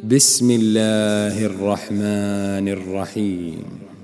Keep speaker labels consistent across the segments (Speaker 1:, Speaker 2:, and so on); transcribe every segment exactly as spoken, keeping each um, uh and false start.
Speaker 1: بسم الله الرحمن الرحيم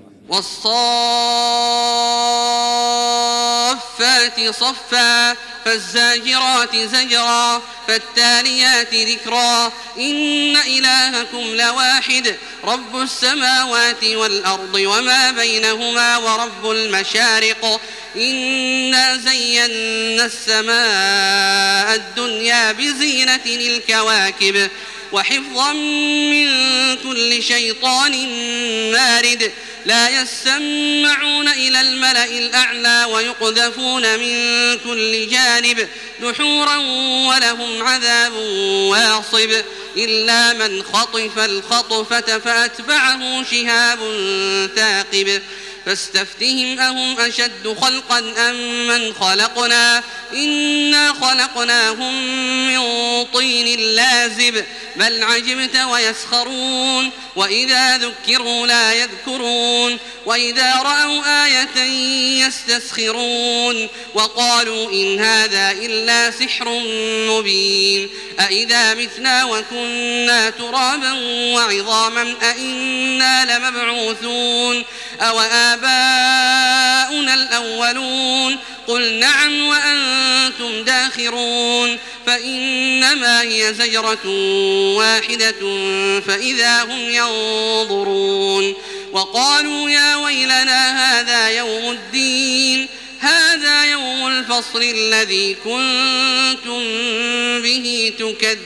Speaker 2: والصافات صفا فالزاجرات زجرا فالتاليات ذكرا إن إلهكم لواحد رب السماوات والأرض وما بينهما ورب المشارق إنا زينا السماء الدنيا بزينة الكواكب وحفظا من كل شيطان مارد لا يسمعون إلى الملأ الأعلى ويقذفون من كل جانب دحورا ولهم عذاب واصب إلا من خطف الخطفة فأتبعه شهاب ثاقب فاستفتهم أهم أشد خلقا أم من خلقنا إنا خلقناهم من طين لازب بل عجبت ويسخرون وإذا ذكروا لا يذكرون وإذا رأوا آية يستسخرون وقالوا إن هذا إلا سحر مبين أإذا متنا وكنا ترابا وعظاما أإنا لمبعوثون أو آباؤنا الأولون قل نعم وأنتم داخرون فإنما هي زجرة واحدة فإذا هم ينظرون وقالوا يا ويلنا هذا يوم الدين هذا يوم الفصل الذي كنتم به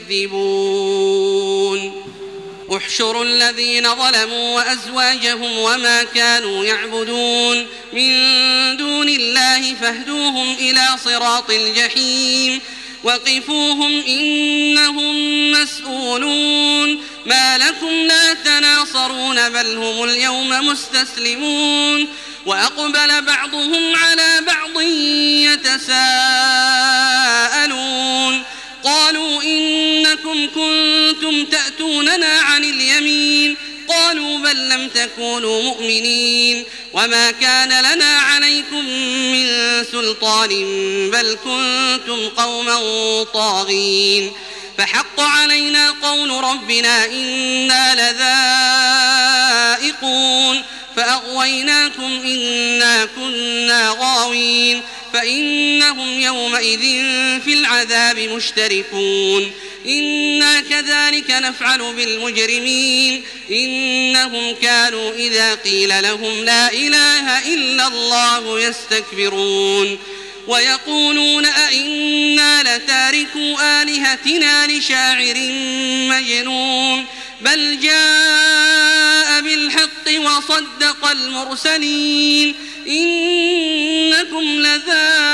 Speaker 2: تكذبون احشروا الذين ظلموا وأزواجهم وما كانوا يعبدون من دون الله فاهدوهم إلى صراط الجحيم وقفوهم إنهم مسؤولون ما لكم لا تناصرون بل هم اليوم مستسلمون وأقبل بعضهم على بعض يتساءلون قالوا إنكم كنتم تأتوننا عن اليمين قالوا بل لم تكونوا مؤمنين وما كان لنا عليكم من سلطان بل كنتم قوما طاغين فحق علينا قول ربنا إنا لذائقون فأغويناكم إنا كنا غاوين فإنهم يومئذ في العذاب مشتركون إنا كذلك نفعل بالمجرمين إنهم كانوا إذا قيل لهم لا إله إلا الله يستكبرون ويقولون أئنا لتاركوا آلهتنا لشاعر مجنون بل جاء بالحق وصدق المرسلين إنكم لذائق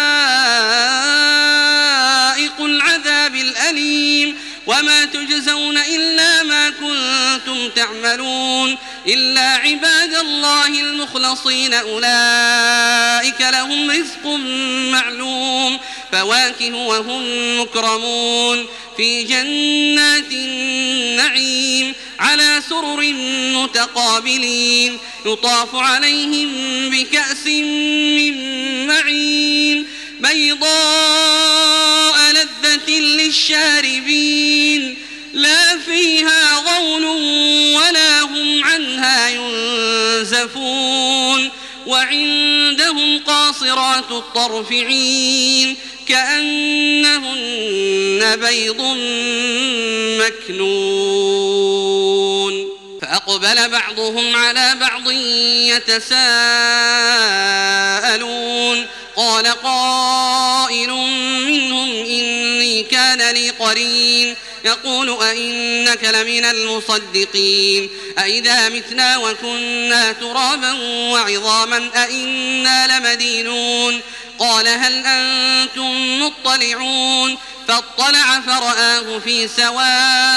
Speaker 2: العذاب الأليم وما تجزون إلا ما كنتم تعملون إلا عباد الله المخلصين أولئك لهم رزق معلوم فواكه وهم مكرمون في جنات النعيم على سرر متقابلين يطاف عليهم بكأس من معين بيضاء لذة للشاربين لا فيها غول ولا هم عنها ينزفون وعندهم قاصرات الطرف عين كأنهن بيض مكنون فأقبل بعضهم على بعض يتساءلون قال قائل منهم إني كان لي قرين يقول أئنك لمن المصدقين أئذا متنا وكنا ترابا وعظاما أئنا لمدينون قال هل أنتم مطلعون فاطلع فرآه في سواء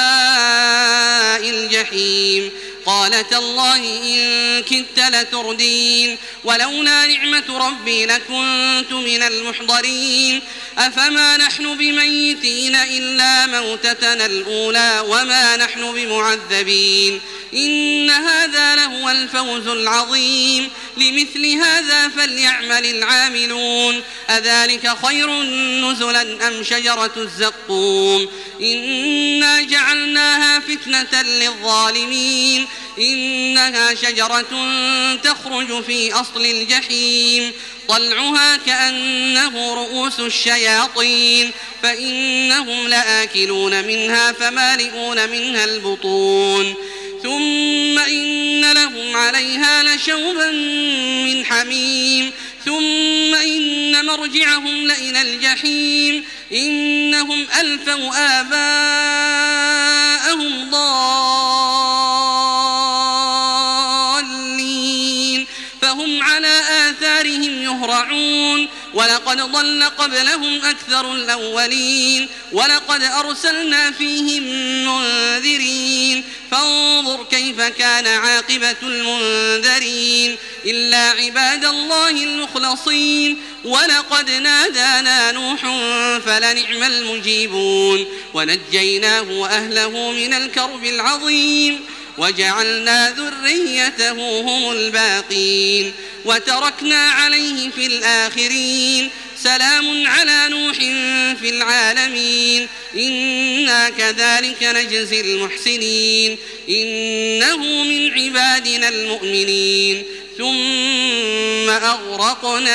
Speaker 2: الجحيم قال تالله إن كدت لتردين ولولا نعمة ربي لكنت من المحضرين أفما نحن بميتين إلا موتتنا الأولى وما نحن بمعذبين إن هذا لهو الفوز العظيم لمثل هذا فليعمل العاملون أذلك خير نزلا أم شجرة الزقوم إنا جعلناها فتنة للظالمين إنها شجرة تخرج في أصل الجحيم طلعها كأنه رؤوس الشياطين فإنهم لآكلون منها فمالئون منها البطون ثم إن لهم عليها لشوبا من حميم ثم إن مرجعهم لإلى الجحيم إنهم ألفوا آباءهم ضالين فهم على آثارهم يهرعون ولقد ضل قبلهم أكثر الأولين ولقد أرسلنا فيهم منذرين فانظر كيف كان عاقبة المنذرين إلا عباد الله المخلصين ولقد نادانا نوح فلنعم المجيبون ونجيناه وأهله من الكرب العظيم وجعلنا ذريته هم الباقين وتركنا عليه في الآخرين سلام على نوح في العالمين إنا كذلك نجزي المحسنين إنه من عبادنا المؤمنين ثم أغرقنا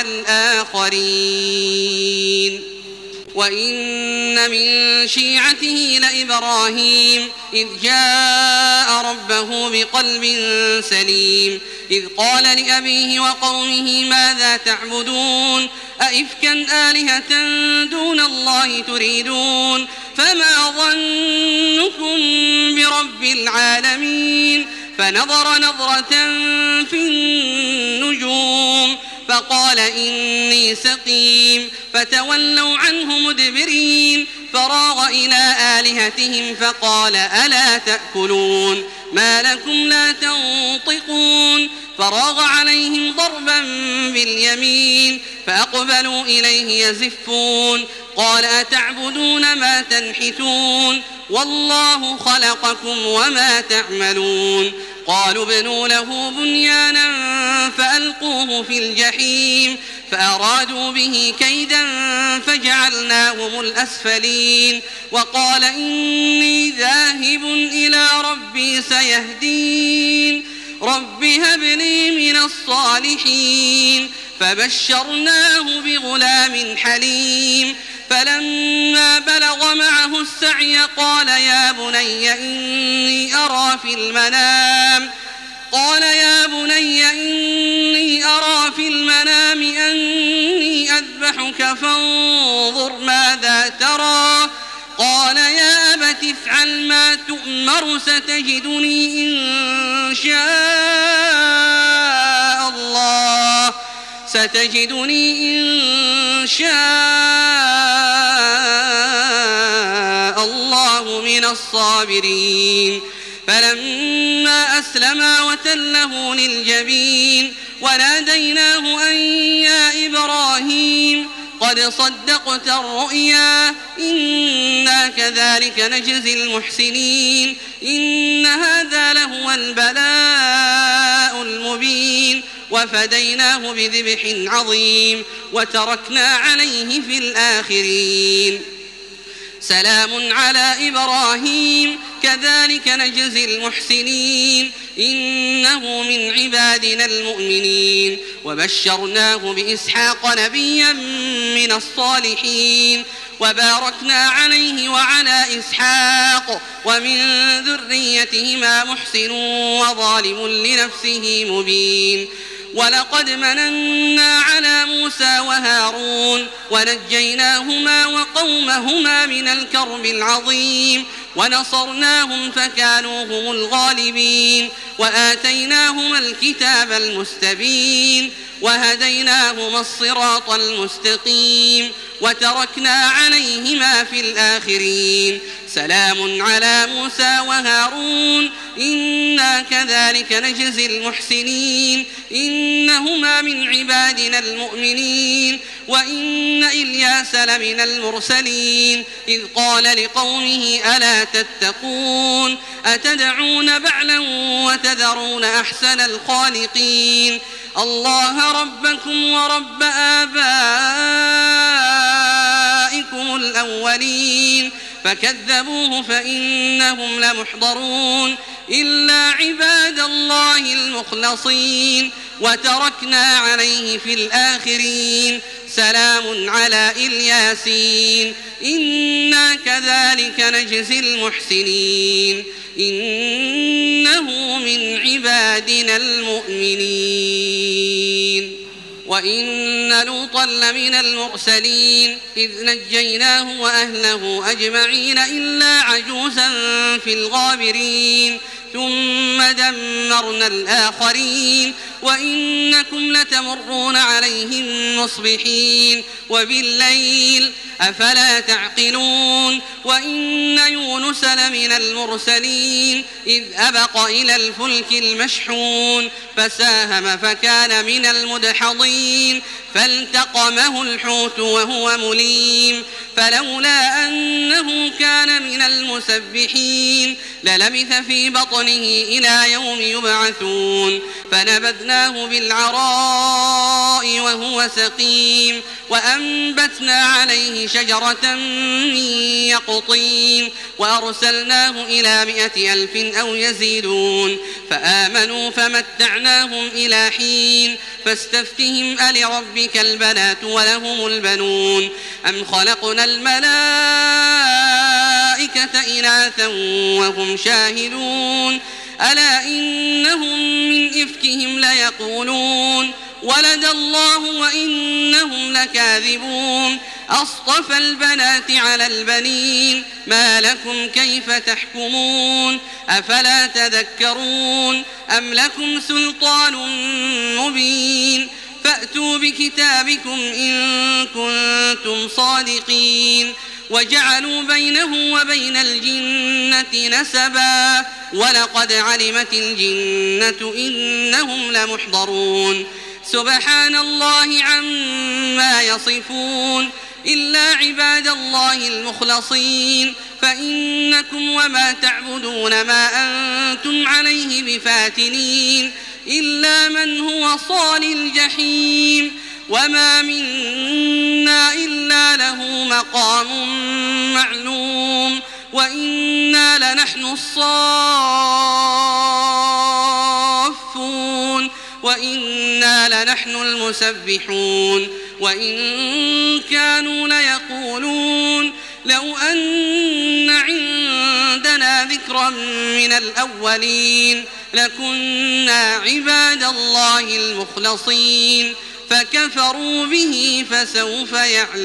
Speaker 2: الآخرين وإن من شيعته لإبراهيم إذ جاء ربه بقلب سليم إذ قال لأبيه وقومه ماذا تعبدون أئفكا آلهة دون الله تريدون فما ظنكم برب العالمين فنظر نظرة في النجوم فقال إني سقيم فتولوا عنه مدبرين فراغ إلى آلهتهم فقال ألا تأكلون ما لكم لا تنطقون فراغ عليهم ضربا باليمين فأقبلوا إليه يزفون قال أتعبدون ما تنحتون والله خلقكم وما تعملون قالوا ابنوا له بنيانا فألقوه في الجحيم فأرادوا به كيدا فجعلناهم الأسفلين وقال إني ذاهب إلى ربي سيهدين رب هب لي من الصالحين فبشرناه بغلام حليم فلما بلغ معه السعي قال يا بني إني أرى في المنام قال يا بني إني أرى في المنام أني أذبحك فانظر ماذا ترى قال يا أبت افعل ما تؤمر ستجدني إن شاء الله ستجدني إن شاء الله من الصابرين فلما أسلما وتله للجبين وناديناه أن يا إبراهيم قد صدقت الرؤيا إنا كذلك نجزي المحسنين إن هذا لهو البلاء المبين وفديناه بذبح عظيم وتركنا عليه في الآخرين سلام على إبراهيم كذلك نجزي المحسنين إنه من عبادنا المؤمنين وبشرناه بإسحاق نبيا من الصالحين وباركنا عليه وعلى إسحاق ومن ذريتهما محسن وظالم لنفسه مبين ولقد مننا على موسى وهارون ونجيناهما وقومهما من الكرب العظيم ونصرناهم فكانوا هم الغالبين وآتيناهما الكتاب المستبين وهديناهما الصراط المستقيم وتركنا عليهما في الآخرين سلام على موسى وهارون إنا كذلك نجزي المحسنين إنهما من عبادنا المؤمنين وإن إلياس لمن المرسلين إذ قال لقومه ألا تتقون أتدعون بعلا وتذرون أحسن الخالقين الله ربكم ورب آبائكم الأولين فكذبوه فإنهم لمحضرون إلا عباد الله المخلصين وتركنا عليه في الآخرين سلام على الياسين إنا كذلك نجزي المحسنين إنه من عبادنا المؤمنين وإن لوطا لمن المرسلين إذ نجيناه وأهله أجمعين إلا عجوزا في الغابرين ثم دمرنا الآخرين وإنكم لتمرون عليهم مصبحين وبالليل أفلا تعقلون وإن يونس لمن المرسلين إذ أبق إلى الفلك المشحون فساهم فكان من المدحضين فالتقمه الحوت وهو مليم فلولا أنه كان من المسبحين للبث في بطنه إلى يوم يبعثون فنبذناه بالعراء وهو سقيم وأنبتنا عليه شجرة من يقطين وأرسلناه إلى مائة ألف أو يزيدون فآمنوا فمتعناهم إلى حين فاستفتهم ألربك البنات ولهم البنون أم خلقنا الملائكة إناثا وهم شاهدون ألا إنهم من إفكهم ليقولون ولد الله وإنهم لكاذبون أصطفى البنات على البنين ما لكم كيف تحكمون أفلا تذكرون أم لكم سلطان مبين فأتوا بكتابكم إن كنتم صادقين وجعلوا بينه وبين الجنة نسبا ولقد علمت الجنة إنهم لمحضرون سبحان الله عما يصفون إلا عباد الله المخلصين فإنكم وما تعبدون ما أنتم عليه بفاتنين إلا من هو صال الجحيم وما منا إلا له مقام معلوم وإنا لنحن الصافون وإنا لنحن المسبحون وإن كانوا ليقولون لو أن عندنا ذكرا من الأولين لكنا عباد الله المخلصين فكفروا به فسوف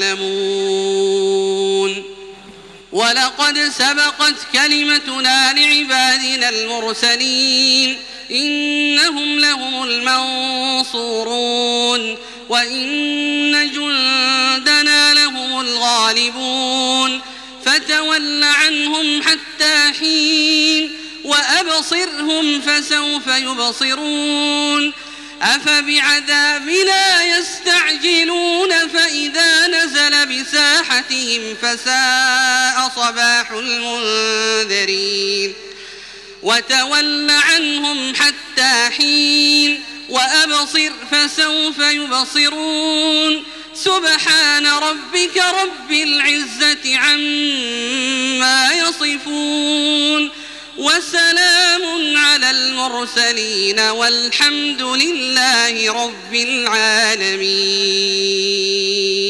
Speaker 2: يعلمون ولقد سبقت كلمتنا لعبادنا المرسلين إنهم لهم المنصورون وإن جندنا لهم الغالبون فتول عنهم حتى حين وأبصرهم فسوف يبصرون أفبعذابنا يستعجلون فإذا نزل بساحتهم فساء صباح المنذرين وتول عنهم حتى حين وأبصر فسوف يبصرون سبحان ربك رب العزة عما يصفون وسلام على المرسلين والحمد لله رب العالمين.